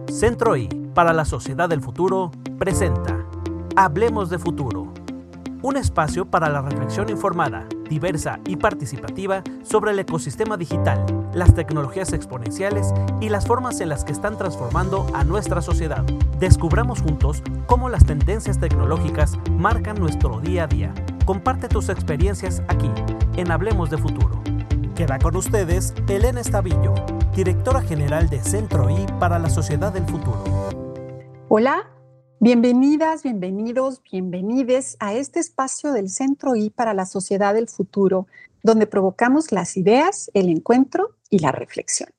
Centro I para la Sociedad del Futuro presenta Hablemos de Futuro, un espacio para la reflexión informada, diversa y participativa sobre el ecosistema digital, las tecnologías exponenciales y las formas en las que están transformando a nuestra sociedad. Descubramos juntos cómo las tendencias tecnológicas marcan nuestro día a día. Comparte tus experiencias aquí, en Hablemos de Futuro. Queda con ustedes Elena Estavillo, directora general de Centro I para la Sociedad del Futuro. Hola, bienvenidas, bienvenidos, bienvenides a este espacio del Centro I para la Sociedad del Futuro, donde provocamos las ideas, el encuentro y la reflexión.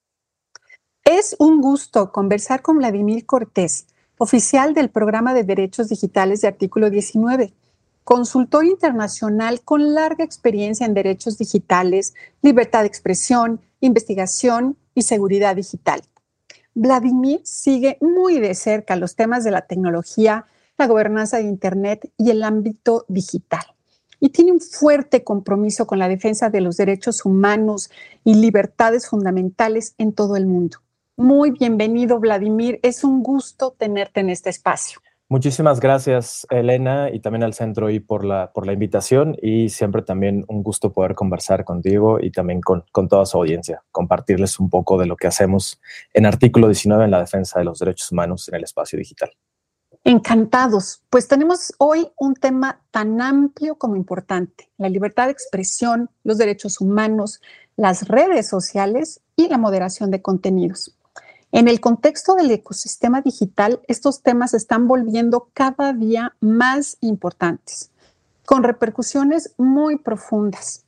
Es un gusto conversar con Vladimir Cortés, oficial del Programa de Derechos Digitales de Artículo 19, consultor internacional con larga experiencia en derechos digitales, libertad de expresión, investigación y seguridad digital. Vladimir sigue muy de cerca los temas de la tecnología, la gobernanza de Internet y el ámbito digital. Y tiene un fuerte compromiso con la defensa de los derechos humanos y libertades fundamentales en todo el mundo. Muy bienvenido, Vladimir. Es un gusto tenerte en este espacio. Muchísimas gracias, Elena, y también al Centro I por la invitación, y siempre también un gusto poder conversar contigo y también con toda su audiencia, compartirles un poco de lo que hacemos en Artículo 19 en la defensa de los derechos humanos en el espacio digital. Encantados, pues tenemos hoy un tema tan amplio como importante: la libertad de expresión, los derechos humanos, las redes sociales y la moderación de contenidos. En el contexto del ecosistema digital, estos temas se están volviendo cada día más importantes, con repercusiones muy profundas.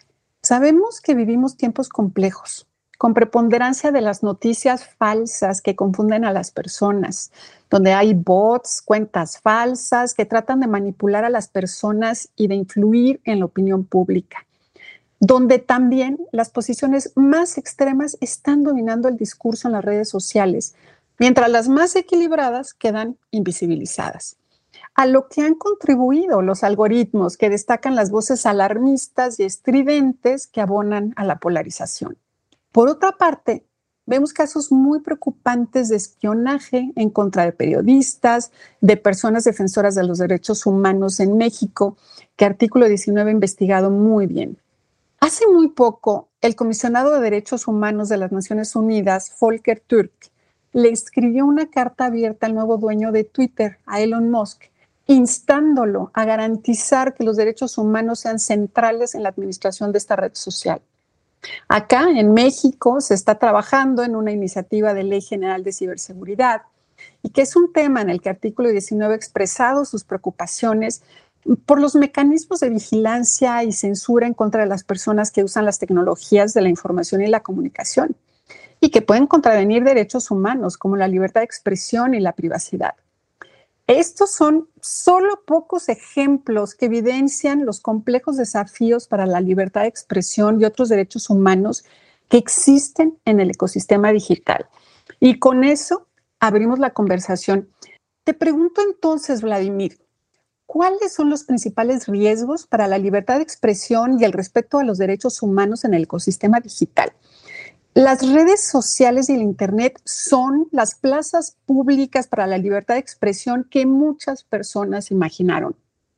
Sabemos que vivimos tiempos complejos, con preponderancia de las noticias falsas que confunden a las personas, donde hay bots, cuentas falsas que tratan de manipular a las personas y de influir en la opinión pública, donde también las posiciones más extremas están dominando el discurso en las redes sociales, mientras las más equilibradas quedan invisibilizadas. A lo que han contribuido los algoritmos que destacan las voces alarmistas y estridentes que abonan a la polarización. Por otra parte, vemos casos muy preocupantes de espionaje en contra de periodistas, de personas defensoras de los derechos humanos en México, que Artículo 19 ha investigado muy bien. Hace muy poco, el comisionado de Derechos Humanos de las Naciones Unidas, Volker Turk, le escribió una carta abierta al nuevo dueño de Twitter, a Elon Musk, instándolo a garantizar que los derechos humanos sean centrales en la administración de esta red social. Acá, en México, se está trabajando en una iniciativa de Ley General de Ciberseguridad, y que es un tema en el que Artículo 19 ha expresado sus preocupaciones por los mecanismos de vigilancia y censura en contra de las personas que usan las tecnologías de la información y la comunicación, y que pueden contravenir derechos humanos como la libertad de expresión y la privacidad. Estos son solo pocos ejemplos que evidencian los complejos desafíos para la libertad de expresión y otros derechos humanos que existen en el ecosistema digital. Y con eso abrimos la conversación. Te pregunto entonces, Vladimir, ¿cuáles son los principales riesgos para la libertad de expresión y el respeto a los derechos humanos en el ecosistema digital? Las redes sociales y el Internet son las plazas públicas para la libertad de expresión que muchas personas imaginaron.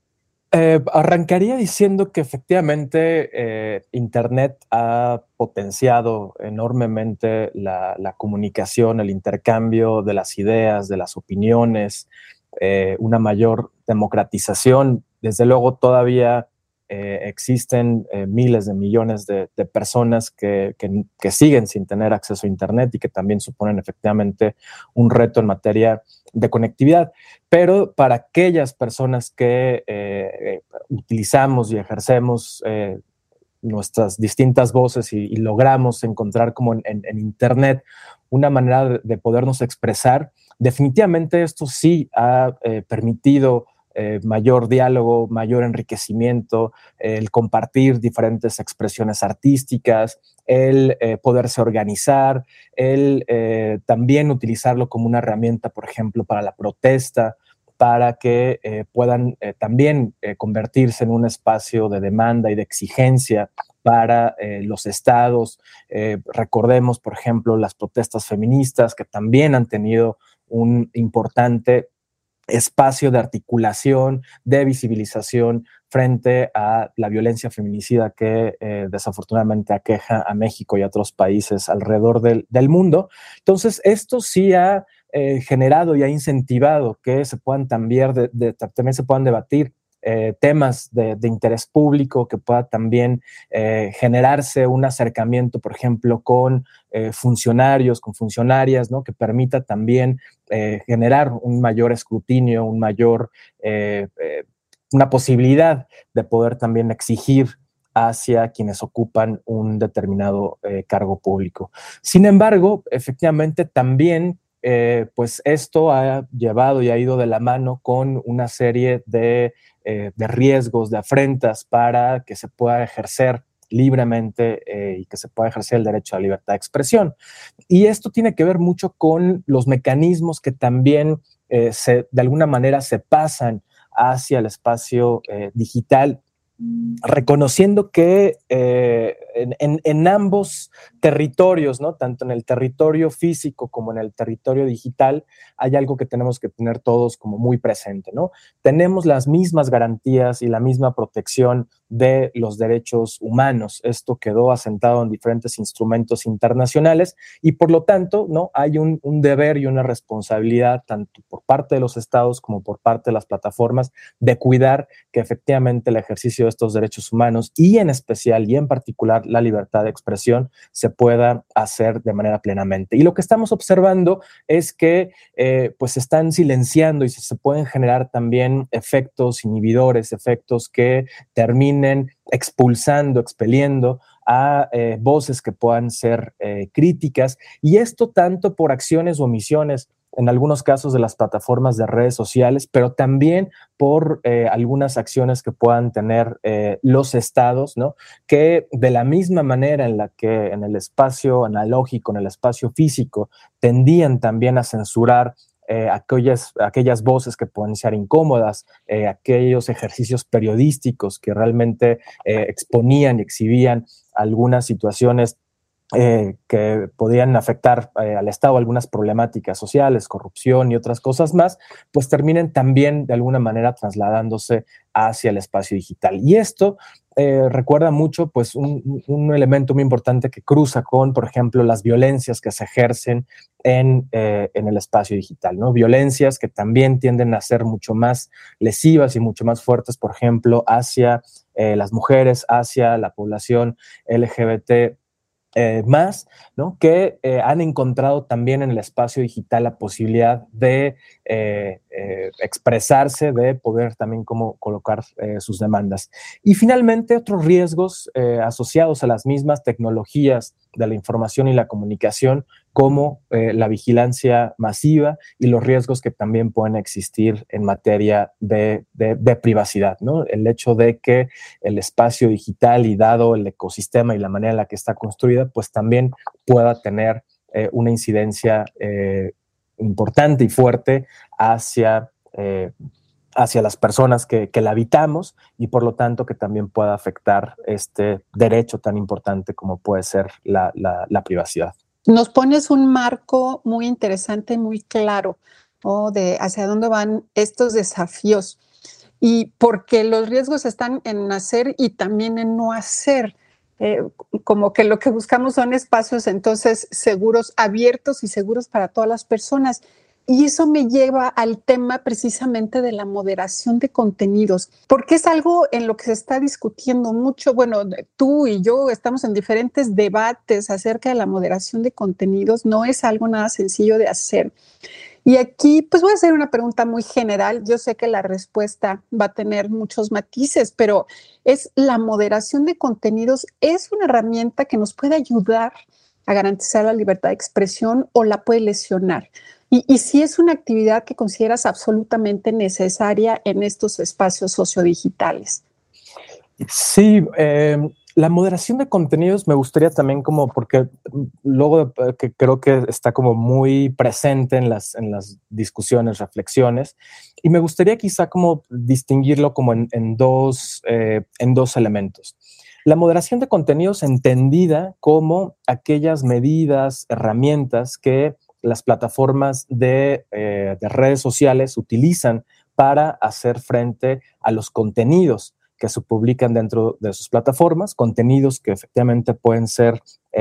Arrancaría diciendo que efectivamente Internet ha potenciado enormemente la comunicación, el intercambio de las ideas, de las opiniones, una mayor democratización. Desde luego todavía existen miles de millones de personas que siguen sin tener acceso a Internet y que también suponen efectivamente un reto en materia de conectividad. Pero para aquellas personas que utilizamos y ejercemos nuestras distintas voces y logramos encontrar como en Internet una manera de podernos expresar, definitivamente esto sí ha permitido mayor diálogo, mayor enriquecimiento, el compartir diferentes expresiones artísticas, el poderse organizar, el también utilizarlo como una herramienta, por ejemplo, para la protesta, para que puedan también convertirse en un espacio de demanda y de exigencia para los estados. Recordemos, por ejemplo, las protestas feministas que también han tenido un importante espacio de articulación, de visibilización frente a la violencia feminicida que desafortunadamente aqueja a México y a otros países alrededor del mundo. Entonces, esto sí ha generado y ha incentivado que se puedan también se puedan debatir temas de interés público, que pueda también generarse un acercamiento, por ejemplo, con funcionarios, con funcionarias, ¿no? Que permita también generar un mayor escrutinio, una posibilidad de poder también exigir hacia quienes ocupan un determinado cargo público. Sin embargo, efectivamente también pues esto ha llevado y ha ido de la mano con una serie de riesgos, de afrentas para que se pueda ejercer libremente y que se pueda ejercer el derecho a la libertad de expresión. Y esto tiene que ver mucho con los mecanismos que también de alguna manera se pasan hacia el espacio digital, reconociendo que en ambos territorios, ¿no? Tanto en el territorio físico como en el territorio digital, hay algo que tenemos que tener todos como muy presente, ¿no? Tenemos las mismas garantías y la misma protección de los derechos humanos. Esto quedó asentado en diferentes instrumentos internacionales y por lo tanto, ¿no? Hay un deber y una responsabilidad tanto por parte de los estados como por parte de las plataformas de cuidar que efectivamente el ejercicio de estos derechos humanos y en especial y en particular la libertad de expresión se pueda hacer de manera plenamente. Y lo que estamos observando es que pues se están silenciando y se pueden generar también efectos inhibidores, efectos que terminen expulsando, expeliendo a voces que puedan ser críticas, y esto tanto por acciones o omisiones en algunos casos de las plataformas de redes sociales, pero también por algunas acciones que puedan tener los estados, ¿no? Que de la misma manera en la que en el espacio analógico, en el espacio físico, tendían también a censurar aquellas voces que pueden ser incómodas, aquellos ejercicios periodísticos que realmente exponían y exhibían algunas situaciones que podían afectar al Estado, algunas problemáticas sociales, corrupción y otras cosas más, pues terminen también de alguna manera trasladándose hacia el espacio digital. Y esto recuerda mucho pues un elemento muy importante que cruza con, por ejemplo, las violencias que se ejercen en el espacio digital, ¿no? Violencias que también tienden a ser mucho más lesivas y mucho más fuertes, por ejemplo, hacia las mujeres, hacia la población LGBT más, ¿no? Que han encontrado también en el espacio digital la posibilidad de expresarse, de poder también como colocar sus demandas. Y finalmente, otros riesgos asociados a las mismas tecnologías de la información y la comunicación, como la vigilancia masiva y los riesgos que también pueden existir en materia de privacidad, ¿no? El hecho de que el espacio digital y dado el ecosistema y la manera en la que está construida, pues también pueda tener una incidencia importante y fuerte hacia las personas que la habitamos y por lo tanto que también pueda afectar este derecho tan importante como puede ser la privacidad. Nos pones un marco muy interesante, muy claro, ¿no? De hacia dónde van estos desafíos y porque los riesgos están en hacer y también en no hacer. Como que lo que buscamos son espacios entonces seguros, abiertos y seguros para todas las personas. Y eso me lleva al tema precisamente de la moderación de contenidos, porque es algo en lo que se está discutiendo mucho. Bueno, tú y yo estamos en diferentes debates acerca de la moderación de contenidos. No es algo nada sencillo de hacer. Y aquí, pues voy a hacer una pregunta muy general. Yo sé que la respuesta va a tener muchos matices, pero es la moderación de contenidos. ¿Es una herramienta que nos puede ayudar a garantizar la libertad de expresión o la puede lesionar? Y si es una actividad que consideras absolutamente necesaria en estos espacios sociodigitales. Sí, la moderación de contenidos me gustaría también como, porque luego que creo que está como muy presente en las discusiones, reflexiones, y me gustaría quizá como distinguirlo como en dos elementos. La moderación de contenidos entendida como aquellas medidas, herramientas que las plataformas de redes sociales utilizan para hacer frente a los contenidos que se publican dentro de sus plataformas, contenidos que efectivamente pueden ser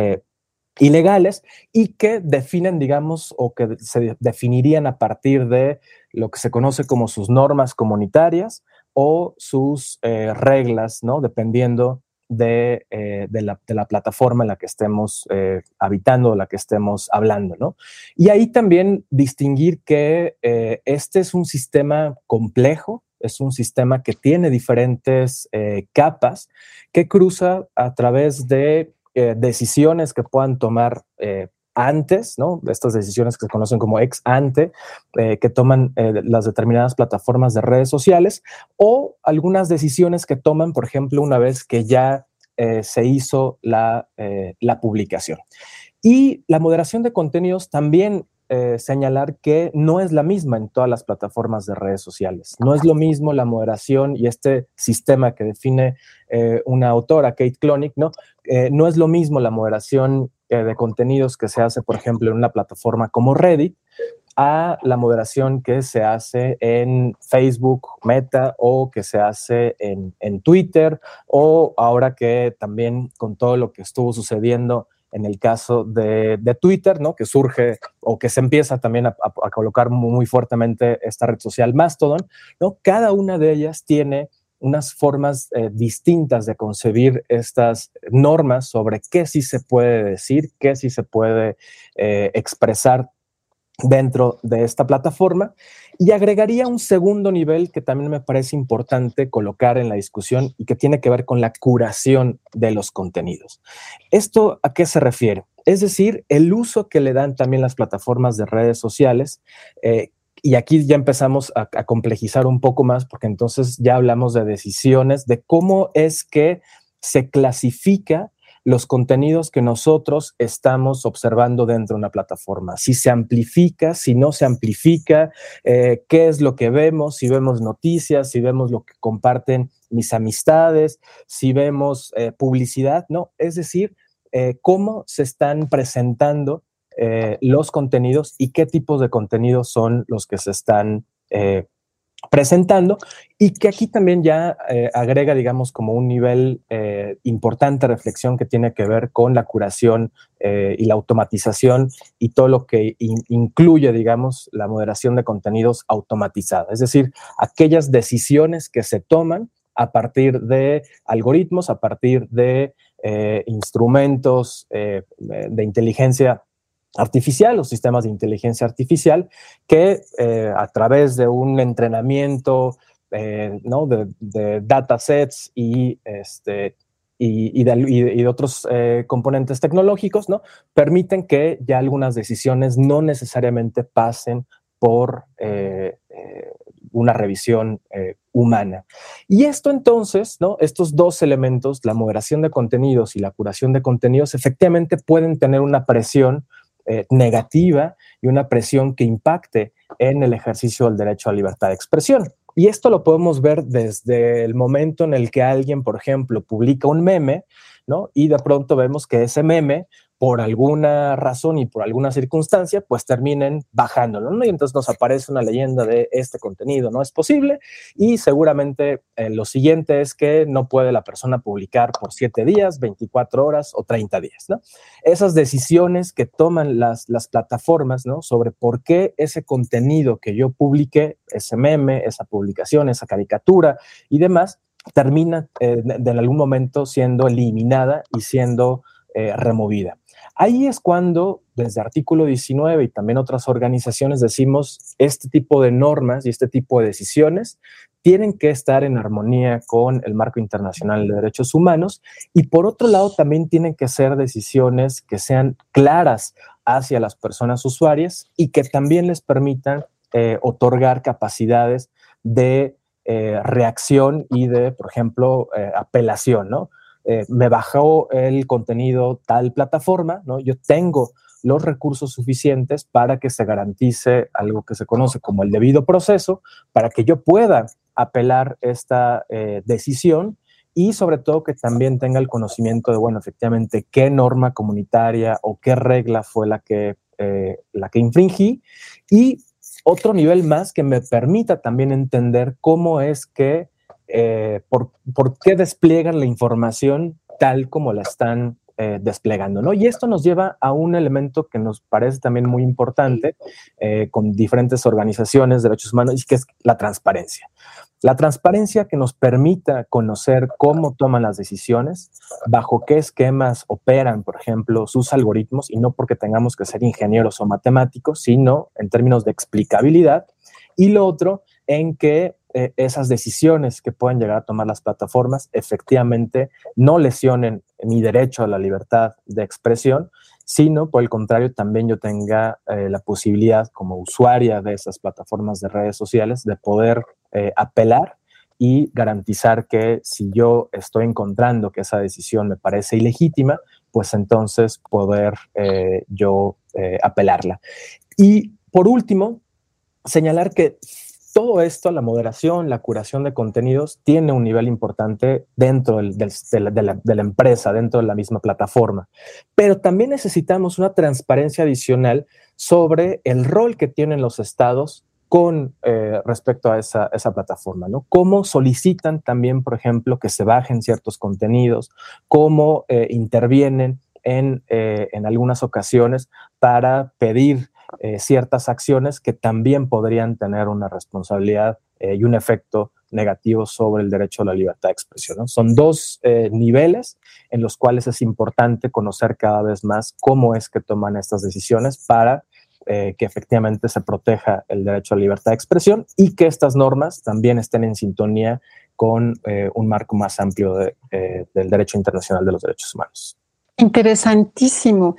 ilegales y que definen, digamos, o que se definirían a partir de lo que se conoce como sus normas comunitarias o sus reglas, ¿no? Dependiendo de la plataforma en la que estemos habitando, o la que estemos hablando, ¿no? Y ahí también distinguir que este es un sistema complejo, es un sistema que tiene diferentes capas, que cruza a través de decisiones que puedan tomar antes, ¿no? Estas decisiones que se conocen como ex ante, que toman las determinadas plataformas de redes sociales, o algunas decisiones que toman, por ejemplo, una vez que ya se hizo la publicación. Y la moderación de contenidos también señalar que no es la misma en todas las plataformas de redes sociales. No es lo mismo la moderación y este sistema que define una autora, Kate Klonick, ¿no? No es lo mismo la moderación de contenidos que se hace, por ejemplo, en una plataforma como Reddit, a la moderación que se hace en Facebook, Meta, o que se hace en Twitter, o ahora que también con todo lo que estuvo sucediendo en el caso de Twitter, ¿no? Que surge o que se empieza también a colocar muy fuertemente esta red social Mastodon, ¿no? Cada una de ellas tiene unas formas distintas de concebir estas normas sobre qué sí se puede decir, qué sí se puede expresar dentro de esta plataforma, y agregaría un segundo nivel que también me parece importante colocar en la discusión y que tiene que ver con la curación de los contenidos. ¿Esto a qué se refiere? Es decir, el uso que le dan también las plataformas de redes sociales, y aquí ya empezamos a complejizar un poco más, porque entonces ya hablamos de decisiones, de cómo es que se clasifica los contenidos que nosotros estamos observando dentro de una plataforma. Si se amplifica, si no se amplifica, qué es lo que vemos, si vemos noticias, si vemos lo que comparten mis amistades, si vemos publicidad, ¿no? Es decir, cómo se están presentando los contenidos y qué tipos de contenidos son los que se están presentando, y que aquí también ya agrega, digamos, como un nivel importante de reflexión que tiene que ver con la curación y la automatización y todo lo que incluye, digamos, la moderación de contenidos automatizada. Es decir, aquellas decisiones que se toman a partir de algoritmos, a partir de instrumentos de inteligencia artificial o sistemas de inteligencia artificial que a través de un entrenamiento ¿no? de datasets y de otros componentes tecnológicos, ¿no? Permiten que ya algunas decisiones no necesariamente pasen por una revisión humana. Y esto entonces, ¿no? Estos dos elementos, la moderación de contenidos y la curación de contenidos, efectivamente pueden tener una presión negativa y una presión que impacte en el ejercicio del derecho a libertad de expresión. Y esto lo podemos ver desde el momento en el que alguien, por ejemplo, publica un meme, ¿no? Y de pronto vemos que ese meme, por alguna razón y por alguna circunstancia, pues terminen bajándolo, ¿no? Y entonces nos aparece una leyenda de este contenido no es posible, y seguramente lo siguiente es que no puede la persona publicar por 7 días, 24 horas o 30 días, ¿no? Esas decisiones que toman las plataformas, ¿no? Sobre por qué ese contenido que yo publiqué, ese meme, esa publicación, esa caricatura y demás, termina en algún momento siendo eliminada y siendo removida. Ahí es cuando, desde Artículo 19 y también otras organizaciones, decimos este tipo de normas y este tipo de decisiones tienen que estar en armonía con el marco internacional de derechos humanos, y por otro lado también tienen que ser decisiones que sean claras hacia las personas usuarias y que también les permitan otorgar capacidades de reacción y de, por ejemplo, apelación, ¿no? Me bajó el contenido tal plataforma, ¿no? Yo tengo los recursos suficientes para que se garantice algo que se conoce como el debido proceso, para que yo pueda apelar esta decisión, y sobre todo que también tenga el conocimiento de, bueno, efectivamente, qué norma comunitaria o qué regla fue la que la que infringí, y otro nivel más que me permita también entender cómo es que, por qué despliegan la información tal como la están desplegando, ¿no? Y esto nos lleva a un elemento que nos parece también muy importante con diferentes organizaciones de derechos humanos, y que es la transparencia. La transparencia que nos permita conocer cómo toman las decisiones, bajo qué esquemas operan, por ejemplo, sus algoritmos, y no porque tengamos que ser ingenieros o matemáticos, sino en términos de explicabilidad. Y lo otro, en que esas decisiones que pueden llegar a tomar las plataformas efectivamente no lesionen mi derecho a la libertad de expresión, sino por el contrario también yo tenga la posibilidad como usuaria de esas plataformas de redes sociales de poder apelar y garantizar que si yo estoy encontrando que esa decisión me parece ilegítima, pues entonces poder yo apelarla. Y por último, señalar que todo esto, la moderación, la curación de contenidos, tiene un nivel importante dentro de la empresa, dentro de la misma plataforma. Pero también necesitamos una transparencia adicional sobre el rol que tienen los estados con respecto a esa plataforma, ¿no? Cómo solicitan también, por ejemplo, que se bajen ciertos contenidos, cómo intervienen en algunas ocasiones para pedir ciertas acciones que también podrían tener una responsabilidad y un efecto negativo sobre el derecho a la libertad de expresión, ¿no? Son dos niveles en los cuales es importante conocer cada vez más cómo es que toman estas decisiones para que efectivamente se proteja el derecho a la libertad de expresión y que estas normas también estén en sintonía con un marco más amplio del derecho internacional de los derechos humanos. Interesantísimo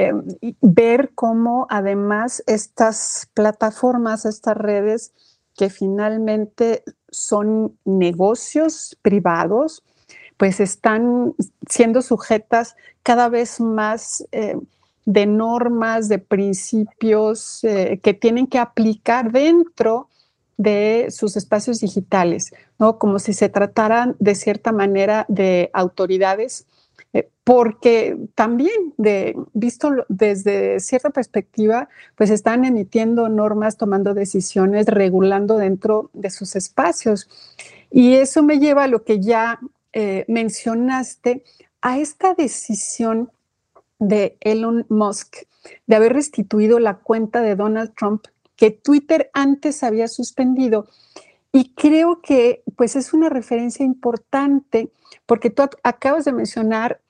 ver cómo además estas plataformas, estas redes que finalmente son negocios privados, pues están siendo sujetas cada vez más de normas, de principios que tienen que aplicar dentro de sus espacios digitales, ¿no? Como si se trataran de cierta manera de autoridades, porque también, visto desde cierta perspectiva, pues están emitiendo normas, tomando decisiones, regulando dentro de sus espacios. Y eso me lleva a lo que ya mencionaste, a esta decisión de Elon Musk de haber restituido la cuenta de Donald Trump que Twitter antes había suspendido. Y creo que pues es una referencia importante porque tú acabas de mencionar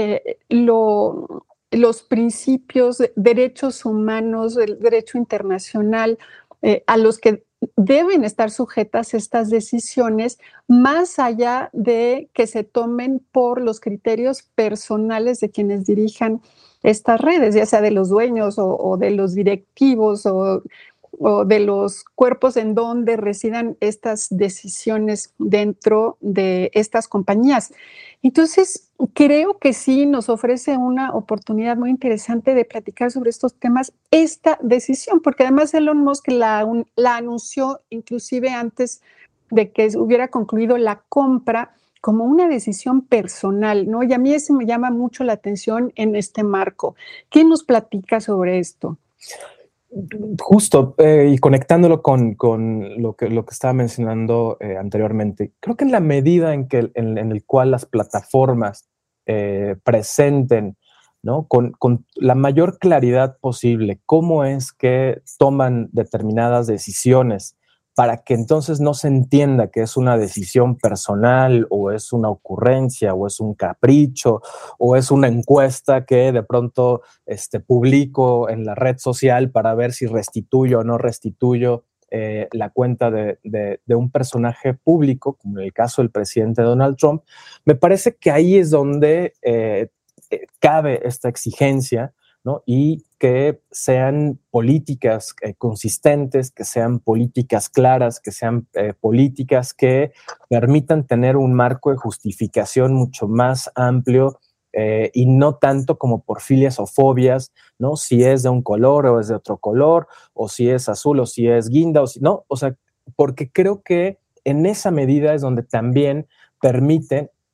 los principios, derechos humanos, el derecho internacional, a los que deben estar sujetas estas decisiones, más allá de que se tomen por los criterios personales de quienes dirijan estas redes, ya sea de los dueños o de los directivos o de los cuerpos en donde residan estas decisiones dentro de estas compañías. Entonces, creo que sí nos ofrece una oportunidad muy interesante de platicar sobre estos temas, esta decisión, porque además Elon Musk la anunció inclusive antes de que hubiera concluido la compra como una decisión personal, ¿no? Y a mí eso me llama mucho la atención en este marco. ¿Qué nos platica sobre esto? Justo, y conectándolo con lo que estaba mencionando anteriormente, creo que en la medida en el cual las plataformas presenten, ¿no?, con la mayor claridad posible cómo es que toman determinadas decisiones, para que entonces no se entienda que es una decisión personal o es una ocurrencia o es un capricho o es una encuesta que de pronto publico en la red social para ver si restituyo o no restituyo la cuenta de un personaje público, como en el caso del presidente Donald Trump. Me parece que ahí es donde cabe esta exigencia, ¿no? Y que sean políticas consistentes, que sean políticas claras, que sean políticas que permitan tener un marco de justificación mucho más amplio y no tanto como por filias o fobias, ¿no? Si es de un color o es de otro color, o si es azul o si es guinda, o si no, o sea, porque creo que en esa medida es donde también permite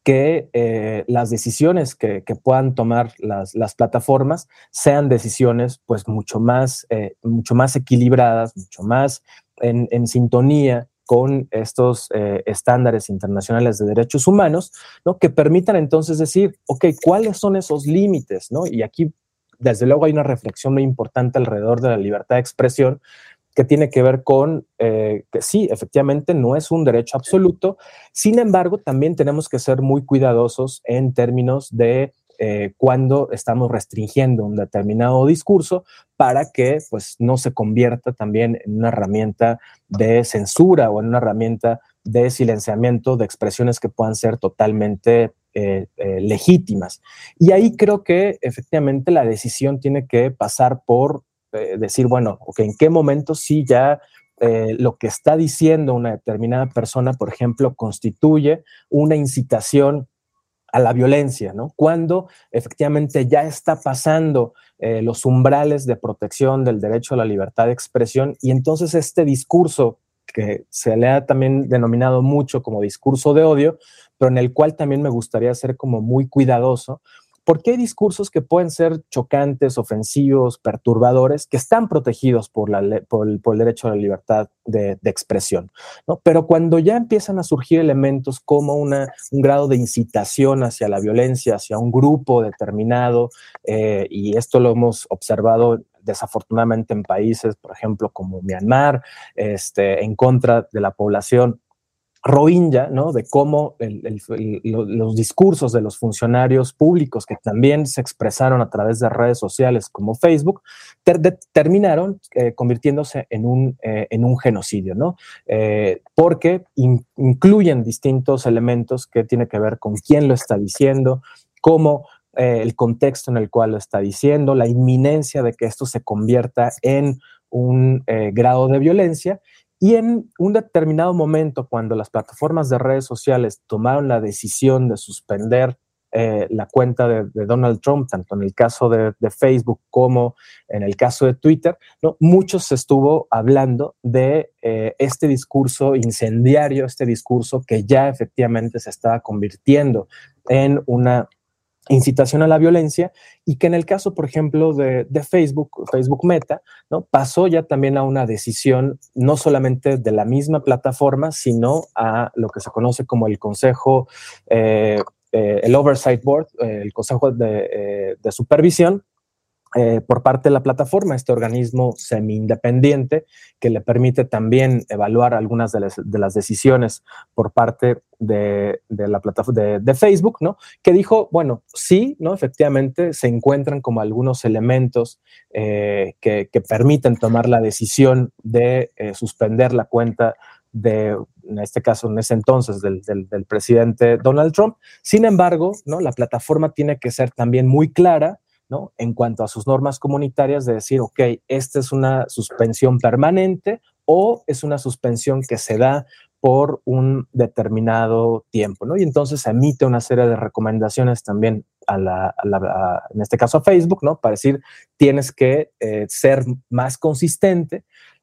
que las decisiones que puedan tomar las plataformas sean decisiones pues mucho más equilibradas, mucho más en sintonía con estos estándares internacionales de derechos humanos, ¿no? Que permitan entonces decir, ok, ¿cuáles son esos límites, ¿no? Y aquí, desde luego, hay una reflexión muy importante alrededor de la libertad de expresión, que tiene que ver con que sí, efectivamente no es un derecho absoluto, sin embargo, también tenemos que ser muy cuidadosos en términos de cuando estamos restringiendo un determinado discurso para que pues, no se convierta también en una herramienta de censura o en una herramienta de silenciamiento de expresiones que puedan ser totalmente legítimas. Y ahí creo que efectivamente la decisión tiene que pasar por decir, bueno, okay, ¿en qué momento sí ya lo que está diciendo una determinada persona, por ejemplo, constituye una incitación a la violencia, ¿no? Cuando efectivamente ya está pasando los umbrales de protección del derecho a la libertad de expresión y entonces este discurso que se le ha también denominado mucho como discurso de odio, pero en el cual también me gustaría ser como muy cuidadoso, porque hay discursos que pueden ser chocantes, ofensivos, perturbadores, que están protegidos por el derecho a la libertad de expresión, ¿no? Pero cuando ya empiezan a surgir elementos como un grado de incitación hacia la violencia, hacia un grupo determinado, y esto lo hemos observado desafortunadamente en países, por ejemplo, como Myanmar, en contra de la población Rohingya, ¿no? De cómo los discursos de los funcionarios públicos que también se expresaron a través de redes sociales como Facebook terminaron convirtiéndose en un genocidio, ¿no? Porque incluyen distintos elementos que tienen que ver con quién lo está diciendo, cómo el contexto en el cual lo está diciendo, la inminencia de que esto se convierta en un grado de violencia. Y en un determinado momento, cuando las plataformas de redes sociales tomaron la decisión de suspender la cuenta de Donald Trump, tanto en el caso de Facebook como en el caso de Twitter, ¿no? Mucho se estuvo hablando de este discurso incendiario, este discurso que ya efectivamente se estaba convirtiendo en una incitación a la violencia y que en el caso, por ejemplo, de Facebook Meta, ¿no? Pasó ya también a una decisión no solamente de la misma plataforma, sino a lo que se conoce como el Consejo, el Oversight Board, el Consejo de Supervisión, por parte de la plataforma, este organismo semi-independiente que le permite también evaluar algunas de las decisiones por parte de la plataforma de Facebook, ¿no? Que dijo, bueno, sí, ¿no? Efectivamente se encuentran como algunos elementos que permiten tomar la decisión de suspender la cuenta en este caso, en ese entonces, del presidente Donald Trump. Sin embargo, ¿no? La plataforma tiene que ser también muy clara, ¿no? En cuanto a sus normas comunitarias, de decir, ok, esta es una suspensión permanente o es una suspensión que se da por un determinado tiempo, ¿no? Y entonces emite una serie de recomendaciones también en este caso a Facebook, ¿no? Para decir, tienes que ser más consistente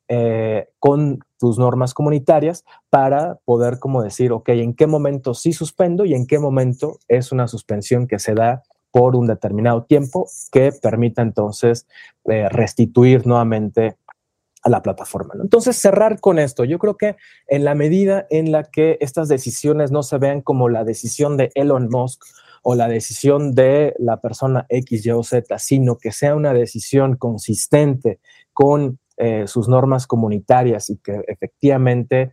con tus normas comunitarias para poder como decir, ok, en qué momento sí suspendo y en qué momento es una suspensión que se da por un determinado tiempo que permita entonces restituir nuevamente a la plataforma, ¿no? Entonces, cerrar con esto. Yo creo que en la medida en la que estas decisiones no se vean como la decisión de Elon Musk o la decisión de la persona X, Y o Z, sino que sea una decisión consistente con sus normas comunitarias y que efectivamente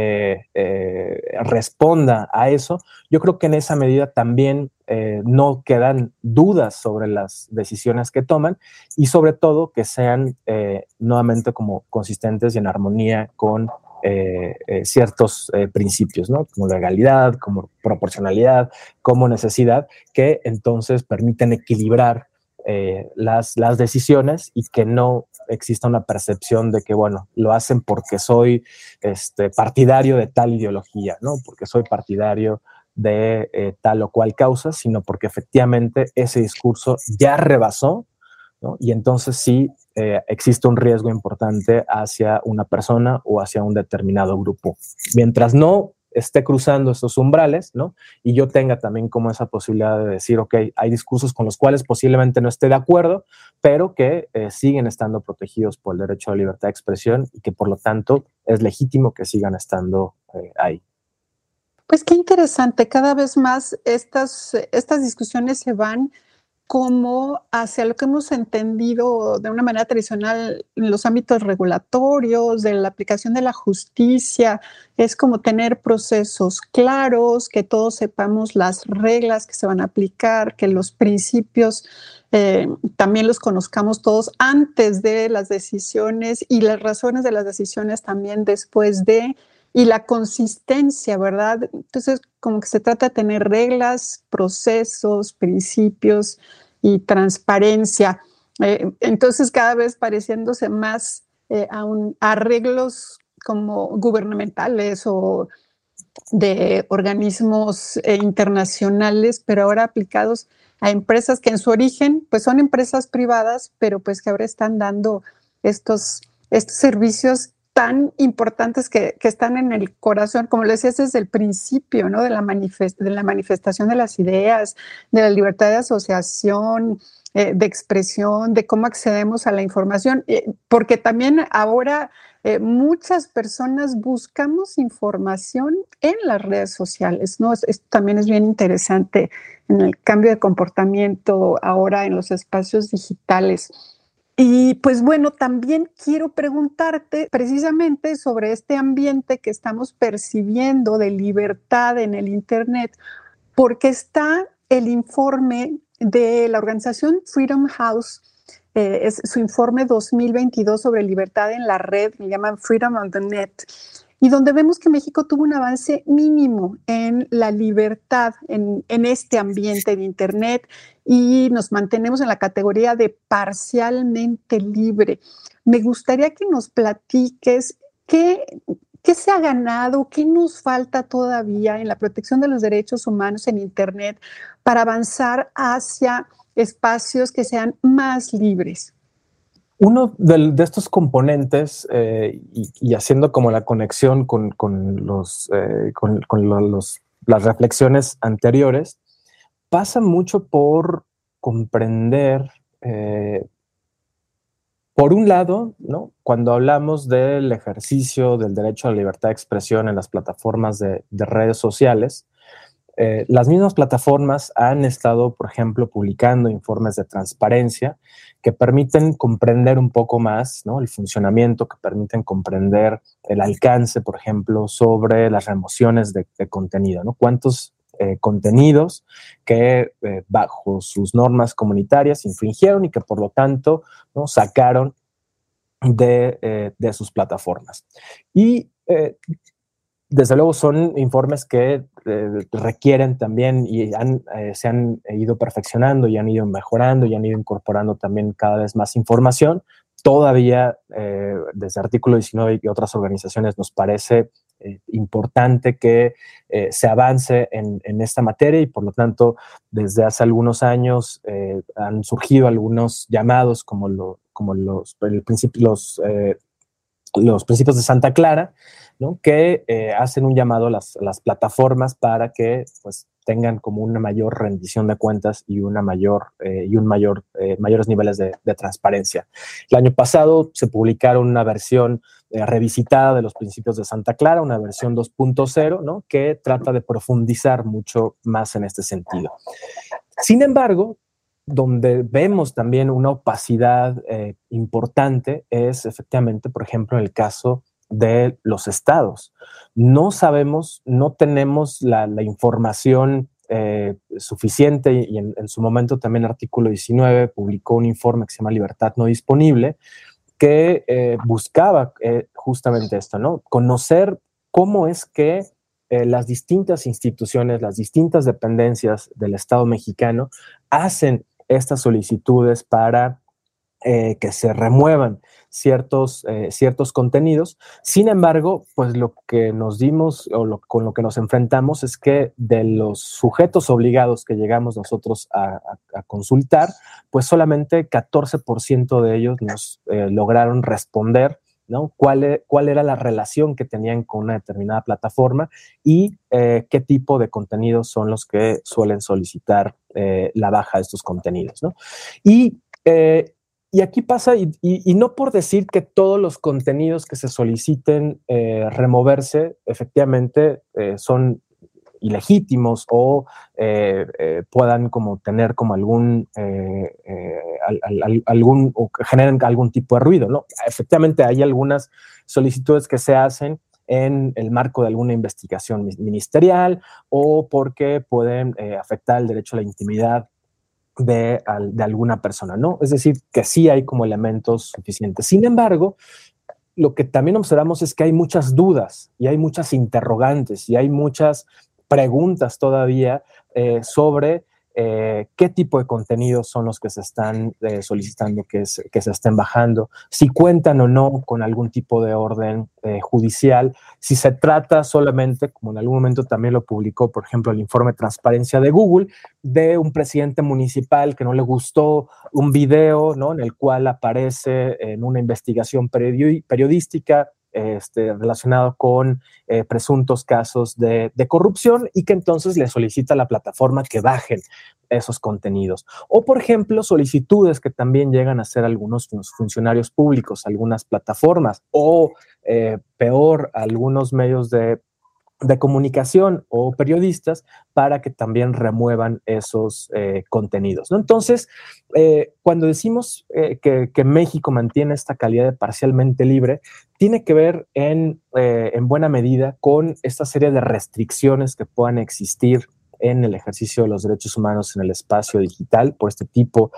responda a eso, yo creo que en esa medida también no quedan dudas sobre las decisiones que toman y sobre todo que sean nuevamente como consistentes y en armonía con ciertos principios, ¿no? Como legalidad, como proporcionalidad, como necesidad, que entonces permiten equilibrar las decisiones y que no exista una percepción de que, bueno, lo hacen porque soy partidario de tal ideología, ¿no? Porque soy partidario de tal o cual causa, sino porque efectivamente ese discurso ya rebasó, ¿no? Y entonces sí existe un riesgo importante hacia una persona o hacia un determinado grupo. Mientras no esté cruzando estos umbrales, ¿no? Y yo tenga también como esa posibilidad de decir, ok, hay discursos con los cuales posiblemente no esté de acuerdo, pero que siguen estando protegidos por el derecho a la libertad de expresión y que por lo tanto es legítimo que sigan estando ahí. Pues qué interesante, cada vez más estas discusiones se van como hacia lo que hemos entendido de una manera tradicional en los ámbitos regulatorios, de la aplicación de la justicia, es como tener procesos claros, que todos sepamos las reglas que se van a aplicar, que los principios también los conozcamos todos antes de las decisiones y las razones de las decisiones también después de, y la consistencia, ¿verdad? Entonces, como que se trata de tener reglas, procesos, principios y transparencia. Entonces, cada vez pareciéndose más a arreglos como gubernamentales o de organismos internacionales, pero ahora aplicados a empresas que en su origen pues son empresas privadas, pero pues que ahora están dando estos servicios tan importantes que están en el corazón, como lo decías desde el principio, ¿no? De la manifestación de las ideas, de la libertad de asociación, de expresión, de cómo accedemos a la información, porque también ahora muchas personas buscamos información en las redes sociales, ¿no? También es bien interesante en el cambio de comportamiento ahora en los espacios digitales. Y pues bueno, también quiero preguntarte precisamente sobre este ambiente que estamos percibiendo de libertad en el Internet, porque está el informe de la organización Freedom House, es su informe 2022 sobre libertad en la red, le llaman Freedom on the Net, y donde vemos que México tuvo un avance mínimo en la libertad en este ambiente de Internet y nos mantenemos en la categoría de parcialmente libre. Me gustaría que nos platiques qué se ha ganado, qué nos falta todavía en la protección de los derechos humanos en Internet para avanzar hacia espacios que sean más libres. Uno de estos componentes, y haciendo como la conexión con las reflexiones anteriores, pasa mucho por comprender, por un lado, ¿no? Cuando hablamos del ejercicio del derecho a la libertad de expresión en las plataformas de redes sociales, las mismas plataformas han estado, por ejemplo, publicando informes de transparencia que permiten comprender un poco más, ¿no? El funcionamiento, que permiten comprender el alcance, por ejemplo, sobre las remociones de contenido, ¿no? Cuántos contenidos que bajo sus normas comunitarias infringieron y que por lo tanto, ¿no? Sacaron de sus plataformas. Y desde luego son informes que requieren también y se han ido perfeccionando y han ido mejorando y han ido incorporando también cada vez más información. Todavía desde Artículo 19 y otras organizaciones nos parece importante que se avance en esta materia y por lo tanto desde hace algunos años han surgido algunos llamados como los principios de Santa Clara, ¿no? Que hacen un llamado a las plataformas para que pues, tengan como una mayor rendición de cuentas y mayores niveles de transparencia. El año pasado se publicaron una versión revisitada de los principios de Santa Clara, una versión 2.0, ¿no? Que trata de profundizar mucho más en este sentido. Sin embargo, donde vemos también una opacidad importante es efectivamente, por ejemplo, en el caso de los estados. No sabemos, no tenemos la información suficiente y en su momento también Artículo 19 publicó un informe que se llama Libertad no disponible que buscaba justamente esto, ¿no? Conocer cómo es que las distintas instituciones, las distintas dependencias del Estado mexicano hacen estas solicitudes para que se remuevan ciertos contenidos. Sin embargo, pues lo que nos dimos con lo que nos enfrentamos es que de los sujetos obligados que llegamos nosotros a consultar, pues solamente 14% de ellos nos lograron responder ¿no? ¿Cuál era la relación que tenían con una determinada plataforma y qué tipo de contenidos son los que suelen solicitar la baja de estos contenidos, ¿no? Y aquí pasa, y no por decir que todos los contenidos que se soliciten removerse efectivamente son ilegítimos o puedan como tener como algún o generen algún tipo de ruido, ¿no? Efectivamente hay algunas solicitudes que se hacen en el marco de alguna investigación ministerial o porque pueden afectar el derecho a la intimidad de alguna persona, ¿no? Es decir, que sí hay como elementos suficientes. Sin embargo, lo que también observamos es que hay muchas dudas y hay muchas interrogantes y hay muchas preguntas todavía sobre qué tipo de contenidos son los que se están solicitando que se estén bajando, si cuentan o no con algún tipo de orden judicial, si se trata solamente, como en algún momento también lo publicó, por ejemplo, el informe de transparencia de Google, de un presidente municipal que no le gustó un video, ¿no? En el cual aparece en una investigación periodística relacionado con presuntos casos de corrupción y que entonces le solicita a la plataforma que bajen esos contenidos. O, por ejemplo, solicitudes que también llegan a hacer algunos funcionarios públicos, algunas plataformas o, peor, algunos medios de comunicación o periodistas para que también remuevan esos contenidos, ¿no? Entonces, cuando decimos que México mantiene esta calidad de parcialmente libre, tiene que ver en buena medida con esta serie de restricciones que puedan existir en el ejercicio de los derechos humanos en el espacio digital por este tipo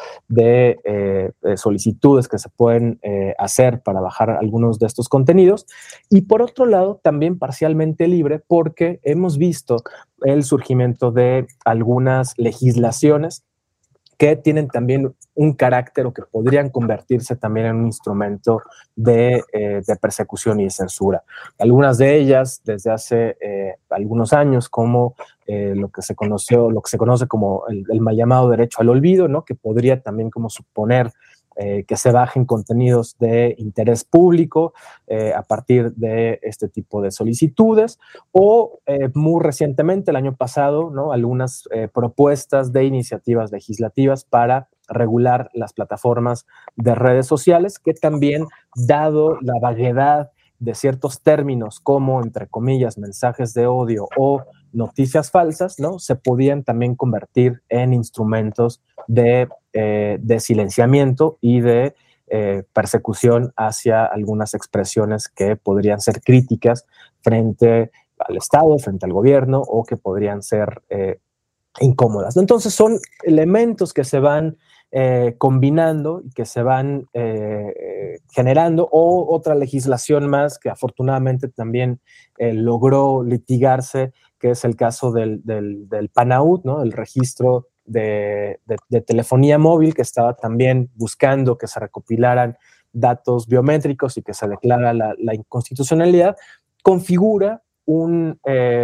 de solicitudes que se pueden hacer para bajar algunos de estos contenidos. Y por otro lado, también parcialmente libre porque hemos visto el surgimiento de algunas legislaciones que tienen también un carácter o que podrían convertirse también en un instrumento de persecución y de censura. Algunas de ellas desde hace algunos años, como lo que se conoce como el mal llamado derecho al olvido, ¿no? Que podría también como suponer que se bajen contenidos de interés público a partir de este tipo de solicitudes, o muy recientemente, el año pasado, ¿no? Algunas propuestas de iniciativas legislativas para regular las plataformas de redes sociales, que también, dado la vaguedad de ciertos términos como, entre comillas, mensajes de odio o noticias falsas, ¿no? Se podían también convertir en instrumentos de silenciamiento y de persecución hacia algunas expresiones que podrían ser críticas frente al Estado, frente al gobierno, o que podrían ser incómodas. Entonces son elementos que se van combinando y que se van generando, o otra legislación más que afortunadamente también logró litigarse, que es el caso del PANAUT, ¿no? El registro de telefonía móvil, que estaba también buscando que se recopilaran datos biométricos y que se declara la inconstitucionalidad, configura un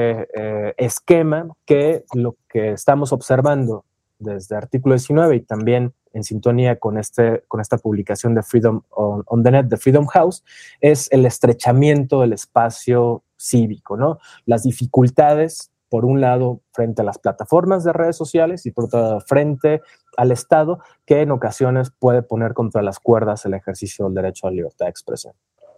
esquema que lo que estamos observando desde artículo 19 y también en sintonía con esta publicación de Freedom on the Net, de Freedom House, es el estrechamiento del espacio cívico, ¿no? Las dificultades, por un lado, frente a las plataformas de redes sociales y por otro lado, frente al Estado, que en ocasiones puede poner contra las cuerdas el ejercicio del derecho a la libertad de expresión.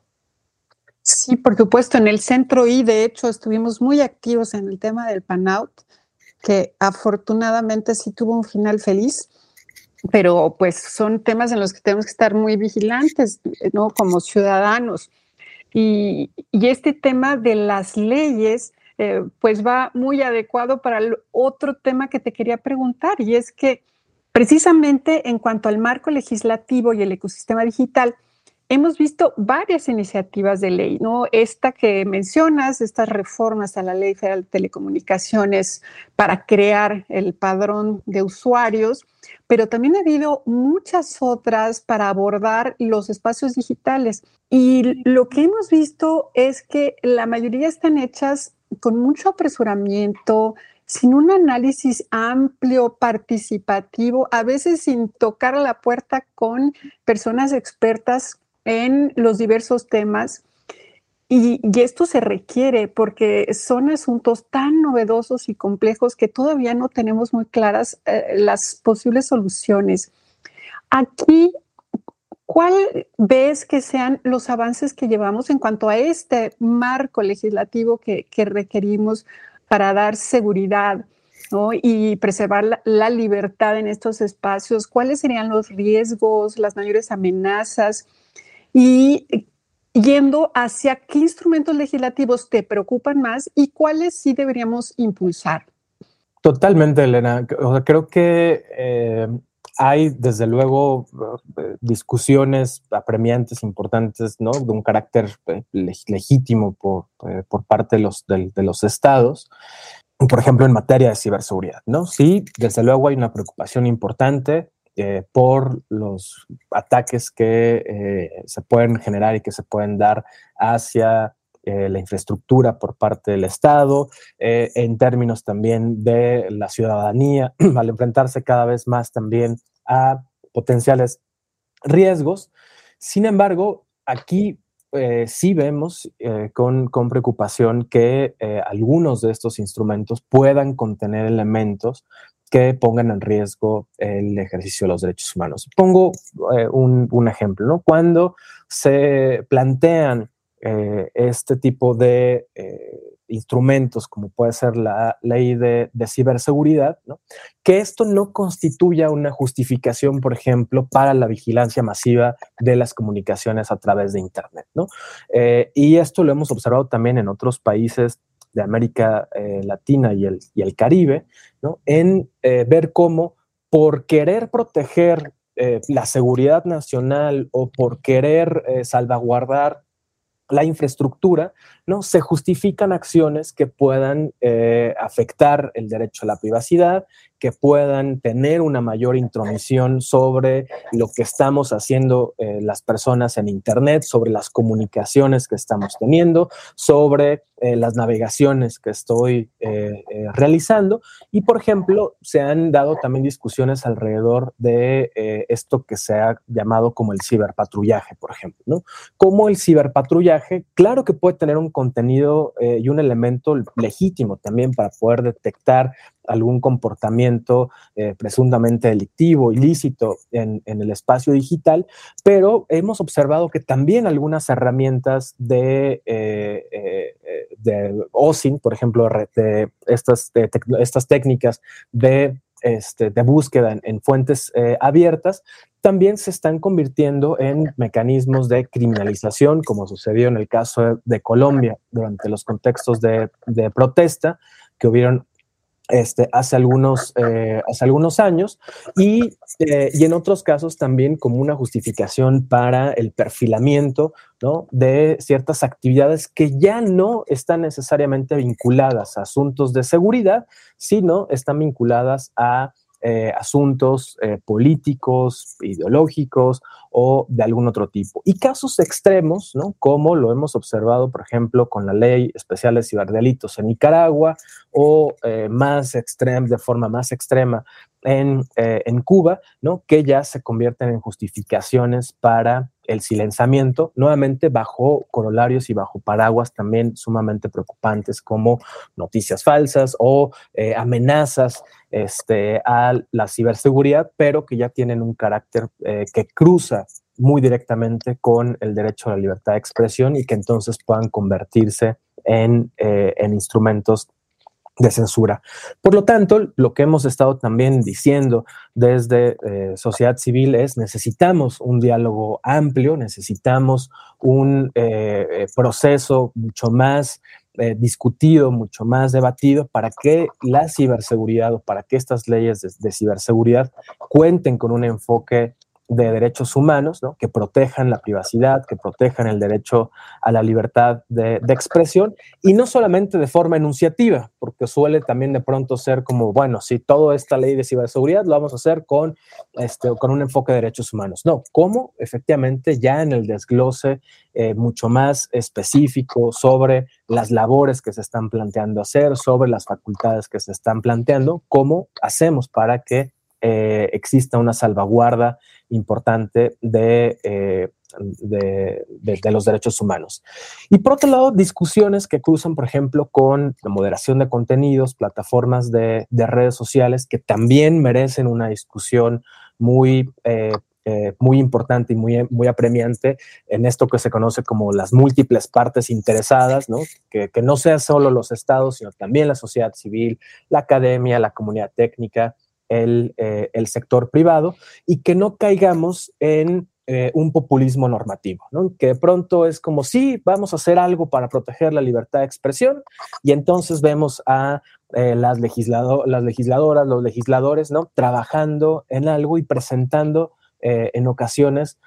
Sí, por supuesto, en el Centro I, de hecho, estuvimos muy activos en el tema del PANAUT, que afortunadamente sí tuvo un final feliz, pero pues son temas en los que tenemos que estar muy vigilantes, ¿no? Como ciudadanos. Y este tema de las leyes, pues va muy adecuado para el otro tema que te quería preguntar, y es que precisamente en cuanto al marco legislativo y el ecosistema digital, hemos visto varias iniciativas de ley, ¿no? Esta que mencionas, estas reformas a la Ley Federal de Telecomunicaciones para crear el padrón de usuarios, pero también ha habido muchas otras para abordar los espacios digitales. Y lo que hemos visto es que la mayoría están hechas con mucho apresuramiento, sin un análisis amplio, participativo, a veces sin tocar la puerta con personas expertas en los diversos temas. Y esto se requiere porque son asuntos tan novedosos y complejos que todavía no tenemos muy claras las posibles soluciones. Aquí, ¿cuál ves que sean los avances que llevamos en cuanto a este marco legislativo que requerimos para dar seguridad, ¿no? Y preservar la libertad en estos espacios? ¿Cuáles serían los riesgos, las mayores amenazas? Y yendo hacia qué instrumentos legislativos te preocupan más y cuáles sí deberíamos impulsar. Totalmente, Elena. O sea, creo que hay, desde luego, discusiones apremiantes, importantes, ¿no? De un carácter legítimo por parte de los estados. Por ejemplo, en materia de ciberseguridad, ¿no? Sí, desde luego hay una preocupación importante por los ataques que se pueden generar y que se pueden dar hacia la infraestructura por parte del Estado, en términos también de la ciudadanía, al enfrentarse cada vez más también a potenciales riesgos. Sin embargo, aquí sí vemos con preocupación que algunos de estos instrumentos puedan contener elementos que pongan en riesgo el ejercicio de los derechos humanos. Pongo un ejemplo, ¿no? Cuando se plantean este tipo de instrumentos, como puede ser la ley de ciberseguridad, ¿no? Que esto no constituya una justificación, por ejemplo, para la vigilancia masiva de las comunicaciones a través de Internet, ¿no? Y esto lo hemos observado también en otros países de América Latina y el Caribe, ¿no? En ver cómo por querer proteger la seguridad nacional o por querer salvaguardar la infraestructura, ¿no? Se justifican acciones que puedan afectar el derecho a la privacidad, que puedan tener una mayor intromisión sobre lo que estamos haciendo las personas en Internet, sobre las comunicaciones que estamos teniendo, sobre las navegaciones que estoy realizando. Y, por ejemplo, se han dado también discusiones alrededor de esto que se ha llamado como el ciberpatrullaje, por ejemplo, ¿no? Como el ciberpatrullaje, claro que puede tener un contenido y un elemento legítimo también para poder detectar algún comportamiento presuntamente delictivo, ilícito en el espacio digital, pero hemos observado que también algunas herramientas de OSINT, por ejemplo, de estas técnicas de búsqueda en fuentes abiertas, también se están convirtiendo en mecanismos de criminalización, como sucedió en el caso de Colombia durante los contextos de protesta que hubieron hace algunos años y en otros casos también como una justificación para el perfilamiento, ¿no? De ciertas actividades que ya no están necesariamente vinculadas a asuntos de seguridad, sino están vinculadas a asuntos políticos, ideológicos o de algún otro tipo. Y casos extremos, ¿no? Como lo hemos observado, por ejemplo, con la Ley Especial de Ciberdelitos en Nicaragua o de forma más extrema en Cuba, ¿no? Que ya se convierten en justificaciones para el silenciamiento, nuevamente bajo corolarios y bajo paraguas también sumamente preocupantes como noticias falsas o amenazas a la ciberseguridad, pero que ya tienen un carácter que cruza muy directamente con el derecho a la libertad de expresión y que entonces puedan convertirse en instrumentos de censura. Por lo tanto, lo que hemos estado también diciendo desde sociedad civil es necesitamos un diálogo amplio, necesitamos un proceso mucho más discutido, mucho más debatido para que la ciberseguridad o para que estas leyes de ciberseguridad cuenten con un enfoque de derechos humanos, ¿no? Que protejan la privacidad, que protejan el derecho a la libertad de expresión y no solamente de forma enunciativa, porque suele también de pronto ser como, bueno, si toda esta ley de ciberseguridad lo vamos a hacer con un enfoque de derechos humanos. No, como efectivamente ya en el desglose mucho más específico sobre las labores que se están planteando hacer, sobre las facultades que se están planteando, cómo hacemos para que exista una salvaguarda importante de de los derechos humanos. Y por otro lado, discusiones que cruzan, por ejemplo, con la moderación de contenidos, plataformas de redes sociales que también merecen una discusión muy importante y muy apremiante en esto que se conoce como las múltiples partes interesadas, ¿no? Que no sea solo los estados, sino también la sociedad civil, la academia, la comunidad técnica, el sector privado, y que no caigamos en un populismo normativo, ¿no? Que de pronto es como, sí, vamos a hacer algo para proteger la libertad de expresión, y entonces vemos a las legisladoras, los legisladores, ¿no? Trabajando en algo y presentando en ocasiones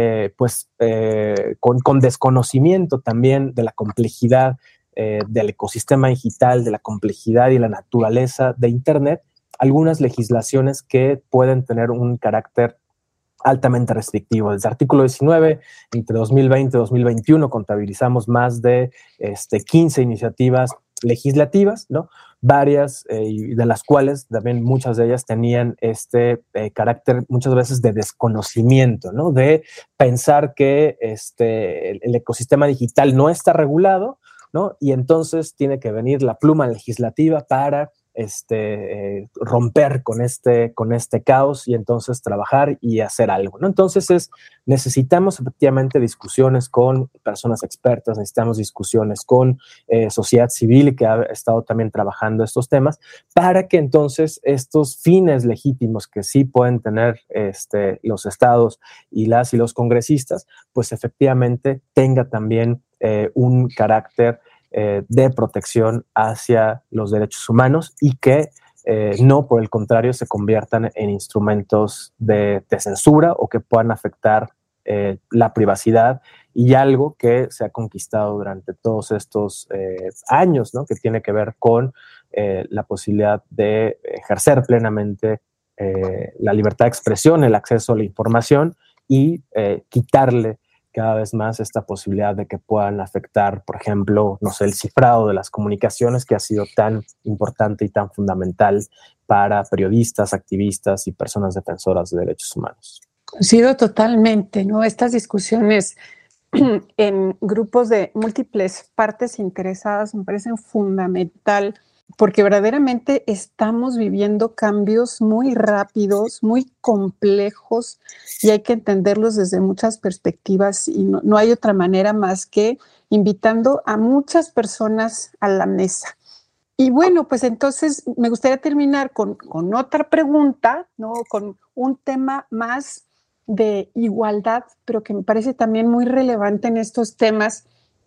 con desconocimiento también de la complejidad del ecosistema digital, de la complejidad y la naturaleza de Internet, algunas legislaciones que pueden tener un carácter altamente restrictivo. Desde el artículo 19, entre 2020 y 2021, contabilizamos más de 15 iniciativas legislativas, ¿no? Varias de las cuales también muchas de ellas tenían carácter muchas veces de desconocimiento, ¿no? De pensar que el ecosistema digital no está regulado, ¿no? Y entonces tiene que venir la pluma legislativa para romper con este caos y entonces trabajar y hacer algo, ¿no? Entonces necesitamos efectivamente discusiones con personas expertas, necesitamos discusiones con sociedad civil que ha estado también trabajando estos temas para que entonces estos fines legítimos que sí pueden tener los estados y los congresistas, pues efectivamente tenga también un carácter de protección hacia los derechos humanos y que no, por el contrario, se conviertan en instrumentos de censura o que puedan afectar la privacidad, y algo que se ha conquistado durante todos estos años, ¿no? Que tiene que ver con la posibilidad de ejercer plenamente la libertad de expresión, el acceso a la información y quitarle cada vez más esta posibilidad de que puedan afectar, por ejemplo, no sé, el cifrado de las comunicaciones, que ha sido tan importante y tan fundamental para periodistas, activistas y personas defensoras de derechos humanos. Coincido totalmente, ¿no? Estas discusiones en grupos de múltiples partes interesadas me parecen fundamental, porque verdaderamente estamos viviendo cambios muy rápidos, muy complejos, y hay que entenderlos desde muchas perspectivas, y no hay otra manera más que invitando a muchas personas a la mesa. Y bueno, pues entonces me gustaría terminar con otra pregunta, ¿no? Con un tema más de igualdad, pero que me parece también muy relevante en estos temas,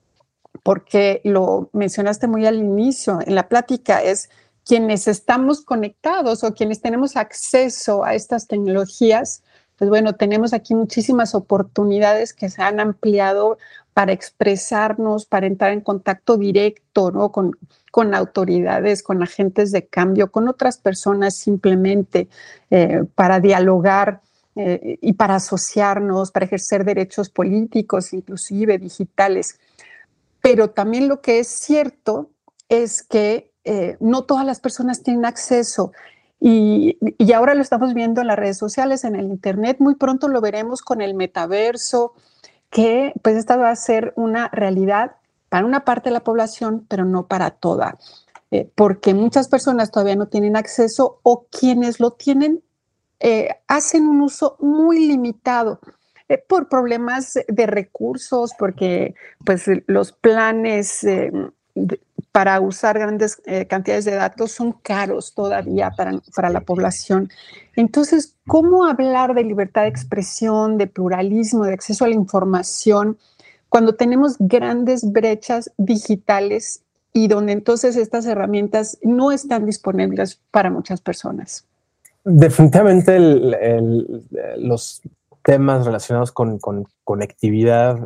porque lo mencionaste muy al inicio en la plática, es quienes estamos conectados o quienes tenemos acceso a estas tecnologías. Pues bueno, tenemos aquí muchísimas oportunidades que se han ampliado para expresarnos, para entrar en contacto directo, ¿no? con autoridades, con agentes de cambio, con otras personas simplemente para dialogar y para asociarnos, para ejercer derechos políticos, inclusive digitales. Pero también lo que es cierto es que no todas las personas tienen acceso, y ahora lo estamos viendo en las redes sociales, en el Internet. Muy pronto lo veremos con el metaverso, que pues esta va a ser una realidad para una parte de la población, pero no para toda, porque muchas personas todavía no tienen acceso, o quienes lo tienen hacen un uso muy limitado. Por problemas de recursos, porque pues los planes para usar grandes cantidades de datos son caros todavía para la población. Entonces, ¿cómo hablar de libertad de expresión, de pluralismo, de acceso a la información, cuando tenemos grandes brechas digitales y donde entonces estas herramientas no están disponibles para muchas personas? Definitivamente los temas relacionados con conectividad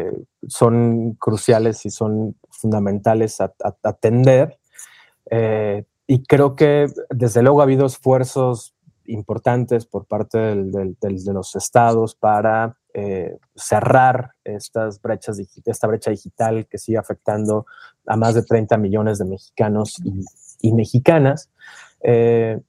son cruciales y son fundamentales a atender. Y creo que desde luego ha habido esfuerzos importantes por parte de los estados para cerrar esta brecha digital que sigue afectando a más de 30 millones de mexicanos y mexicanas.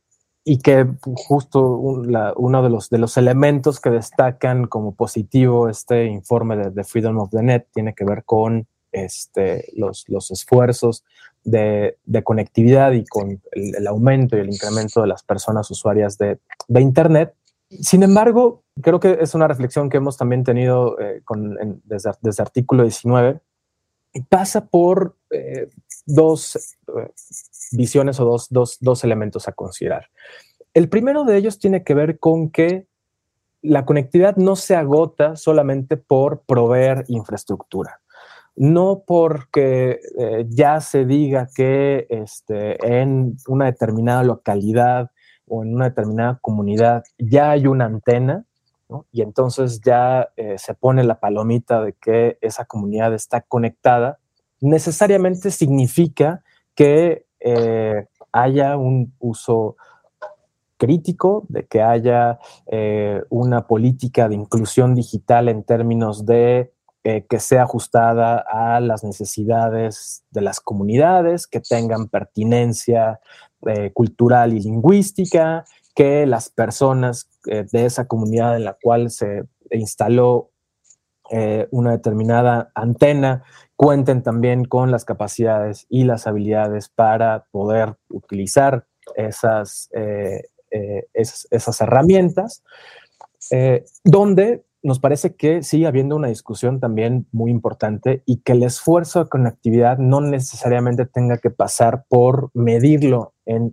y que justo uno de los elementos que destacan como positivo este informe de Freedom of the Net tiene que ver con los esfuerzos de conectividad y con el aumento y el incremento de las personas usuarias de Internet. Sin embargo, creo que es una reflexión que hemos también tenido desde artículo 19, y pasa por dos visiones o dos elementos a considerar. El primero de ellos tiene que ver con que la conectividad no se agota solamente por proveer infraestructura. No porque ya se diga que en una determinada localidad o en una determinada comunidad ya hay una antena, ¿no? Y entonces ya se pone la palomita de que esa comunidad está conectada, necesariamente significa que haya un uso crítico, de que haya una política de inclusión digital en términos de que sea ajustada a las necesidades de las comunidades, que tengan pertinencia cultural y lingüística, que las personas de esa comunidad en la cual se instaló una determinada antena cuenten también con las capacidades y las habilidades para poder utilizar esas herramientas, donde nos parece que sigue habiendo una discusión también muy importante y que el esfuerzo de conectividad no necesariamente tenga que pasar por medirlo en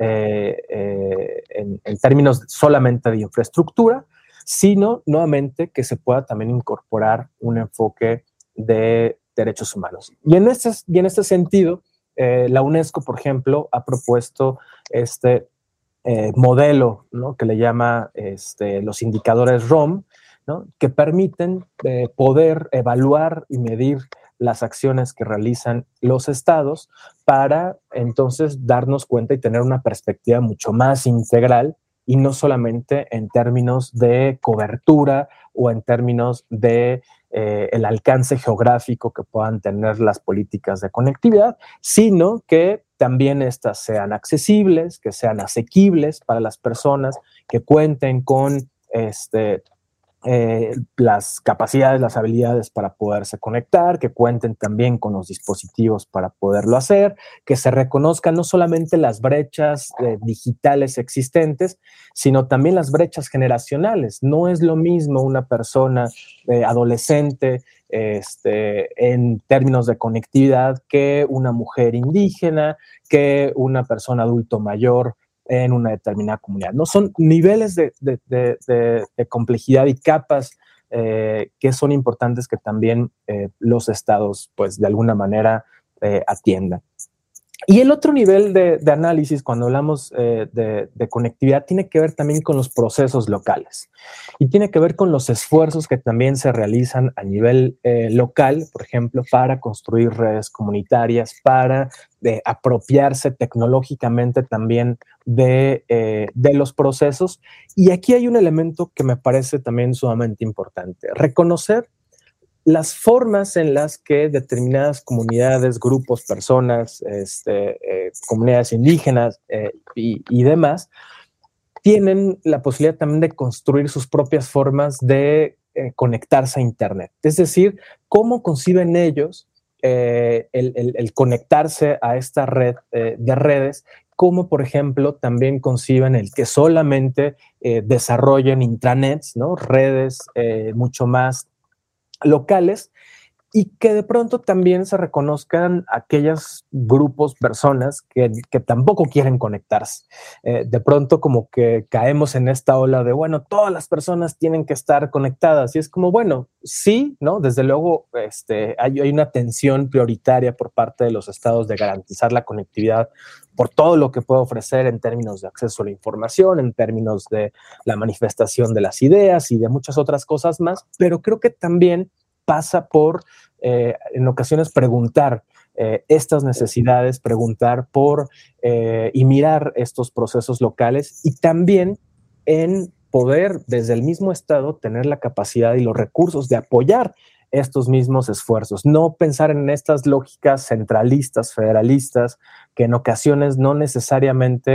términos solamente de infraestructura, sino nuevamente que se pueda también incorporar un enfoque de derechos humanos. Y en este sentido, la UNESCO, por ejemplo, ha propuesto modelo, ¿no?, que le llama los indicadores ROM, ¿no?, que permiten poder evaluar y medir las acciones que realizan los estados para entonces darnos cuenta y tener una perspectiva mucho más integral y no solamente en términos de cobertura o en términos de el alcance geográfico que puedan tener las políticas de conectividad, sino que también estas sean accesibles, que sean asequibles para las personas, que cuenten con las capacidades, las habilidades para poderse conectar, que cuenten también con los dispositivos para poderlo hacer, que se reconozcan no solamente las brechas digitales existentes, sino también las brechas generacionales. No es lo mismo una persona adolescente en términos de conectividad que una mujer indígena, que una persona adulto mayor en una determinada comunidad. No son niveles de complejidad y capas que son importantes que también los estados, pues, de alguna manera atiendan. Y el otro nivel de análisis, cuando hablamos de conectividad, tiene que ver también con los procesos locales y tiene que ver con los esfuerzos que también se realizan a nivel local, por ejemplo, para construir redes comunitarias, para apropiarse tecnológicamente también de los procesos. Y aquí hay un elemento que me parece también sumamente importante: reconocer las formas en las que determinadas comunidades, grupos, personas, comunidades indígenas y demás tienen la posibilidad también de construir sus propias formas de conectarse a Internet. Es decir, cómo conciben ellos el conectarse a esta red de redes, como por ejemplo también conciben el que solamente desarrollen intranets, ¿no?, redes mucho más locales, y que de pronto también se reconozcan aquellos grupos, personas que tampoco quieren conectarse. De pronto como que caemos en esta ola de, bueno, todas las personas tienen que estar conectadas, y es como, bueno, sí, ¿no? Desde luego hay una tensión prioritaria por parte de los estados de garantizar la conectividad por todo lo que puede ofrecer en términos de acceso a la información, en términos de la manifestación de las ideas y de muchas otras cosas más, pero creo que también pasa por, en ocasiones, preguntar estas necesidades, preguntar por y mirar estos procesos locales, y también en poder, desde el mismo Estado, tener la capacidad y los recursos de apoyar estos mismos esfuerzos. No pensar en estas lógicas centralistas, federalistas, que en ocasiones no necesariamente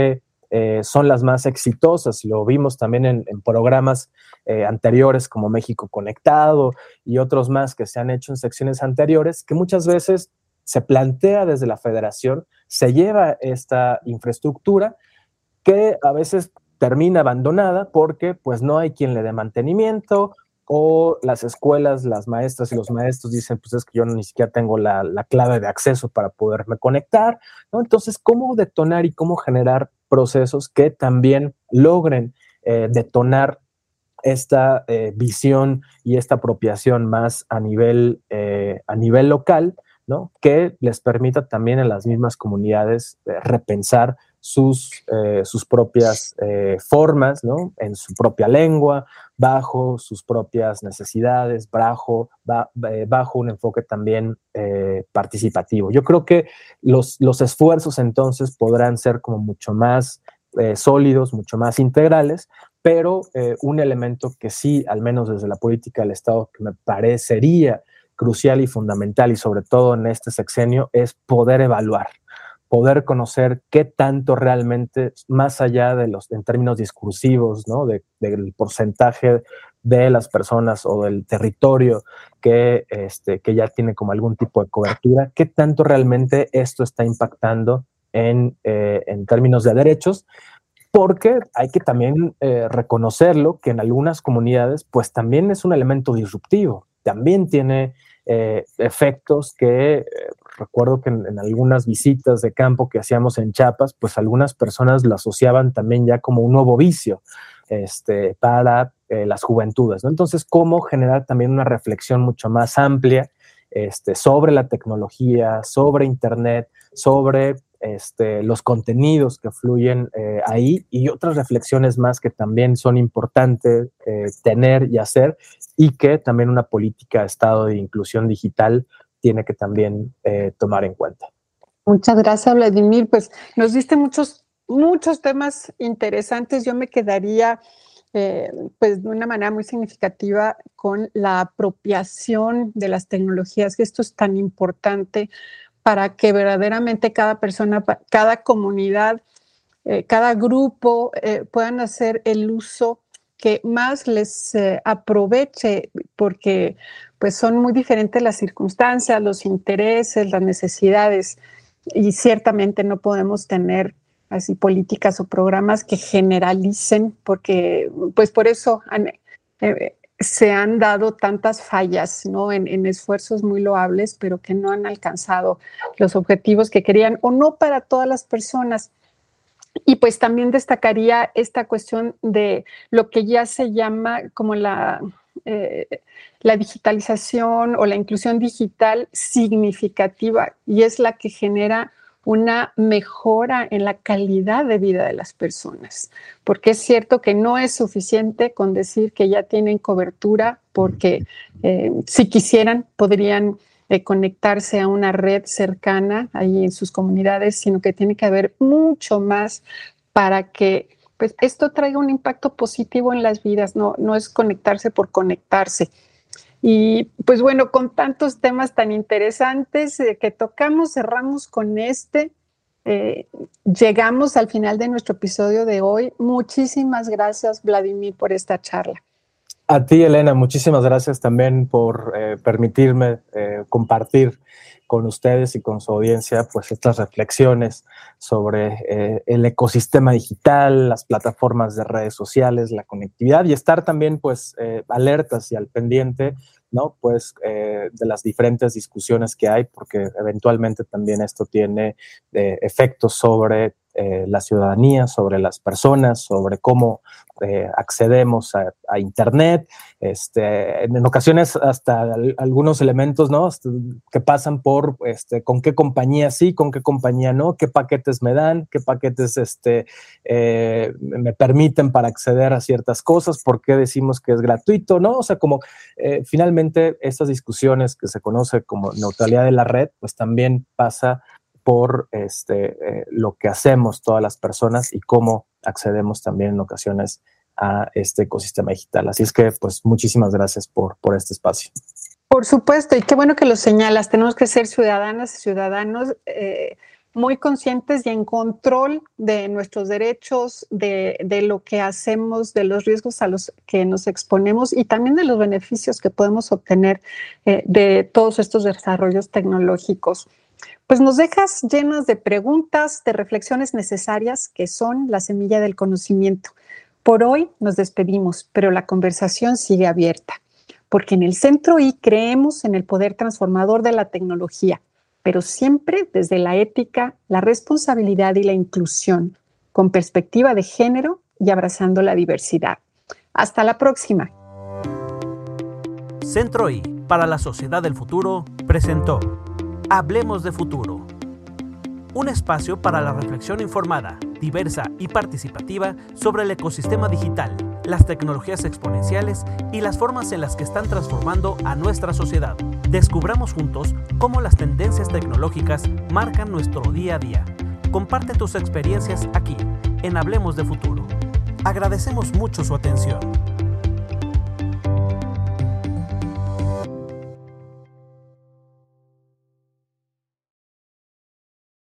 son las más exitosas. Lo vimos también en programas anteriores como México Conectado y otros más que se han hecho en secciones anteriores, que muchas veces se plantea desde la federación, se lleva esta infraestructura que a veces termina abandonada porque pues no hay quien le dé mantenimiento, o las escuelas, las maestras y los maestros dicen, pues es que yo ni siquiera tengo la clave de acceso para poderme conectar, ¿no? Entonces, ¿cómo detonar y cómo generar procesos que también logren detonar esta visión y esta apropiación más a nivel local, ¿no? Que les permita también en las mismas comunidades repensar sus propias formas, ¿no? En su propia lengua, bajo sus propias necesidades, bajo un enfoque también participativo. Yo creo que los esfuerzos entonces podrán ser como mucho más sólidos, mucho más integrales, pero un elemento que sí, al menos desde la política del Estado, que me parecería crucial y fundamental, y sobre todo en este sexenio, es poder evaluar, poder conocer qué tanto realmente, más allá de en términos discursivos, ¿no? Del porcentaje de las personas o del territorio que ya tiene como algún tipo de cobertura, qué tanto realmente esto está impactando en términos de derechos, porque hay que también reconocerlo, que en algunas comunidades pues también es un elemento disruptivo, también tiene efectos que recuerdo que en algunas visitas de campo que hacíamos en Chiapas, pues algunas personas lo asociaban también ya como un nuevo vicio para las juventudes, ¿no? Entonces, ¿cómo generar también una reflexión mucho más amplia sobre la tecnología, sobre Internet, sobre los contenidos que fluyen ahí, y otras reflexiones más que también son importantes tener y hacer, y que también una política de Estado de inclusión digital tiene que también tomar en cuenta? Muchas gracias, Vladimir. Pues nos diste muchos temas interesantes. Yo me quedaría pues de una manera muy significativa con la apropiación de las tecnologías, que esto es tan importante para que verdaderamente cada persona, cada comunidad, cada grupo puedan hacer el uso que más les aproveche, porque pues son muy diferentes las circunstancias, los intereses, las necesidades, y ciertamente no podemos tener así políticas o programas que generalicen, porque pues por eso se han dado tantas fallas, ¿no? En esfuerzos muy loables, pero que no han alcanzado los objetivos que querían, o no para todas las personas. Y pues también destacaría esta cuestión de lo que ya se llama como la digitalización o la inclusión digital significativa, y es la que genera una mejora en la calidad de vida de las personas, porque es cierto que no es suficiente con decir que ya tienen cobertura, porque si quisieran podrían conectarse a una red cercana ahí en sus comunidades, sino que tiene que haber mucho más para que pues, esto traiga un impacto positivo en las vidas, no es conectarse por conectarse. Y pues bueno, con tantos temas tan interesantes que tocamos, cerramos con llegamos al final de nuestro episodio de hoy. Muchísimas gracias, Vladimir, por esta charla. A ti, Elena, muchísimas gracias también por permitirme compartir con ustedes y con su audiencia pues estas reflexiones sobre el ecosistema digital, las plataformas de redes sociales, la conectividad, y estar también pues alertas y al pendiente, ¿no? Pues de las diferentes discusiones que hay, porque eventualmente también esto tiene efectos sobre la ciudadanía, sobre las personas, sobre cómo accedemos a Internet, en ocasiones hasta algunos elementos, ¿no? Que pasan por con qué compañía sí, con qué compañía no, qué paquetes me dan, qué paquetes me permiten para acceder a ciertas cosas, por qué decimos que es gratuito, ¿no? O sea, como finalmente estas discusiones que se conoce como neutralidad de la red, pues también pasa por lo que hacemos todas las personas y cómo accedemos también en ocasiones a este ecosistema digital. Así es que, pues, muchísimas gracias por este espacio. Por supuesto, y qué bueno que lo señalas. Tenemos que ser ciudadanas y ciudadanos muy conscientes y en control de nuestros derechos, de lo que hacemos, de los riesgos a los que nos exponemos y también de los beneficios que podemos obtener de todos estos desarrollos tecnológicos. Pues nos dejas llenas de preguntas, de reflexiones necesarias que son la semilla del conocimiento. Por hoy nos despedimos, pero la conversación sigue abierta, porque en el Centro I creemos en el poder transformador de la tecnología, pero siempre desde la ética, la responsabilidad y la inclusión, con perspectiva de género y abrazando la diversidad. Hasta la próxima. Centro I para la Sociedad del Futuro presentó Hablemos de Futuro, un espacio para la reflexión informada, diversa y participativa sobre el ecosistema digital, las tecnologías exponenciales y las formas en las que están transformando a nuestra sociedad. Descubramos juntos cómo las tendencias tecnológicas marcan nuestro día a día. Comparte tus experiencias aquí, en Hablemos de Futuro. Agradecemos mucho su atención.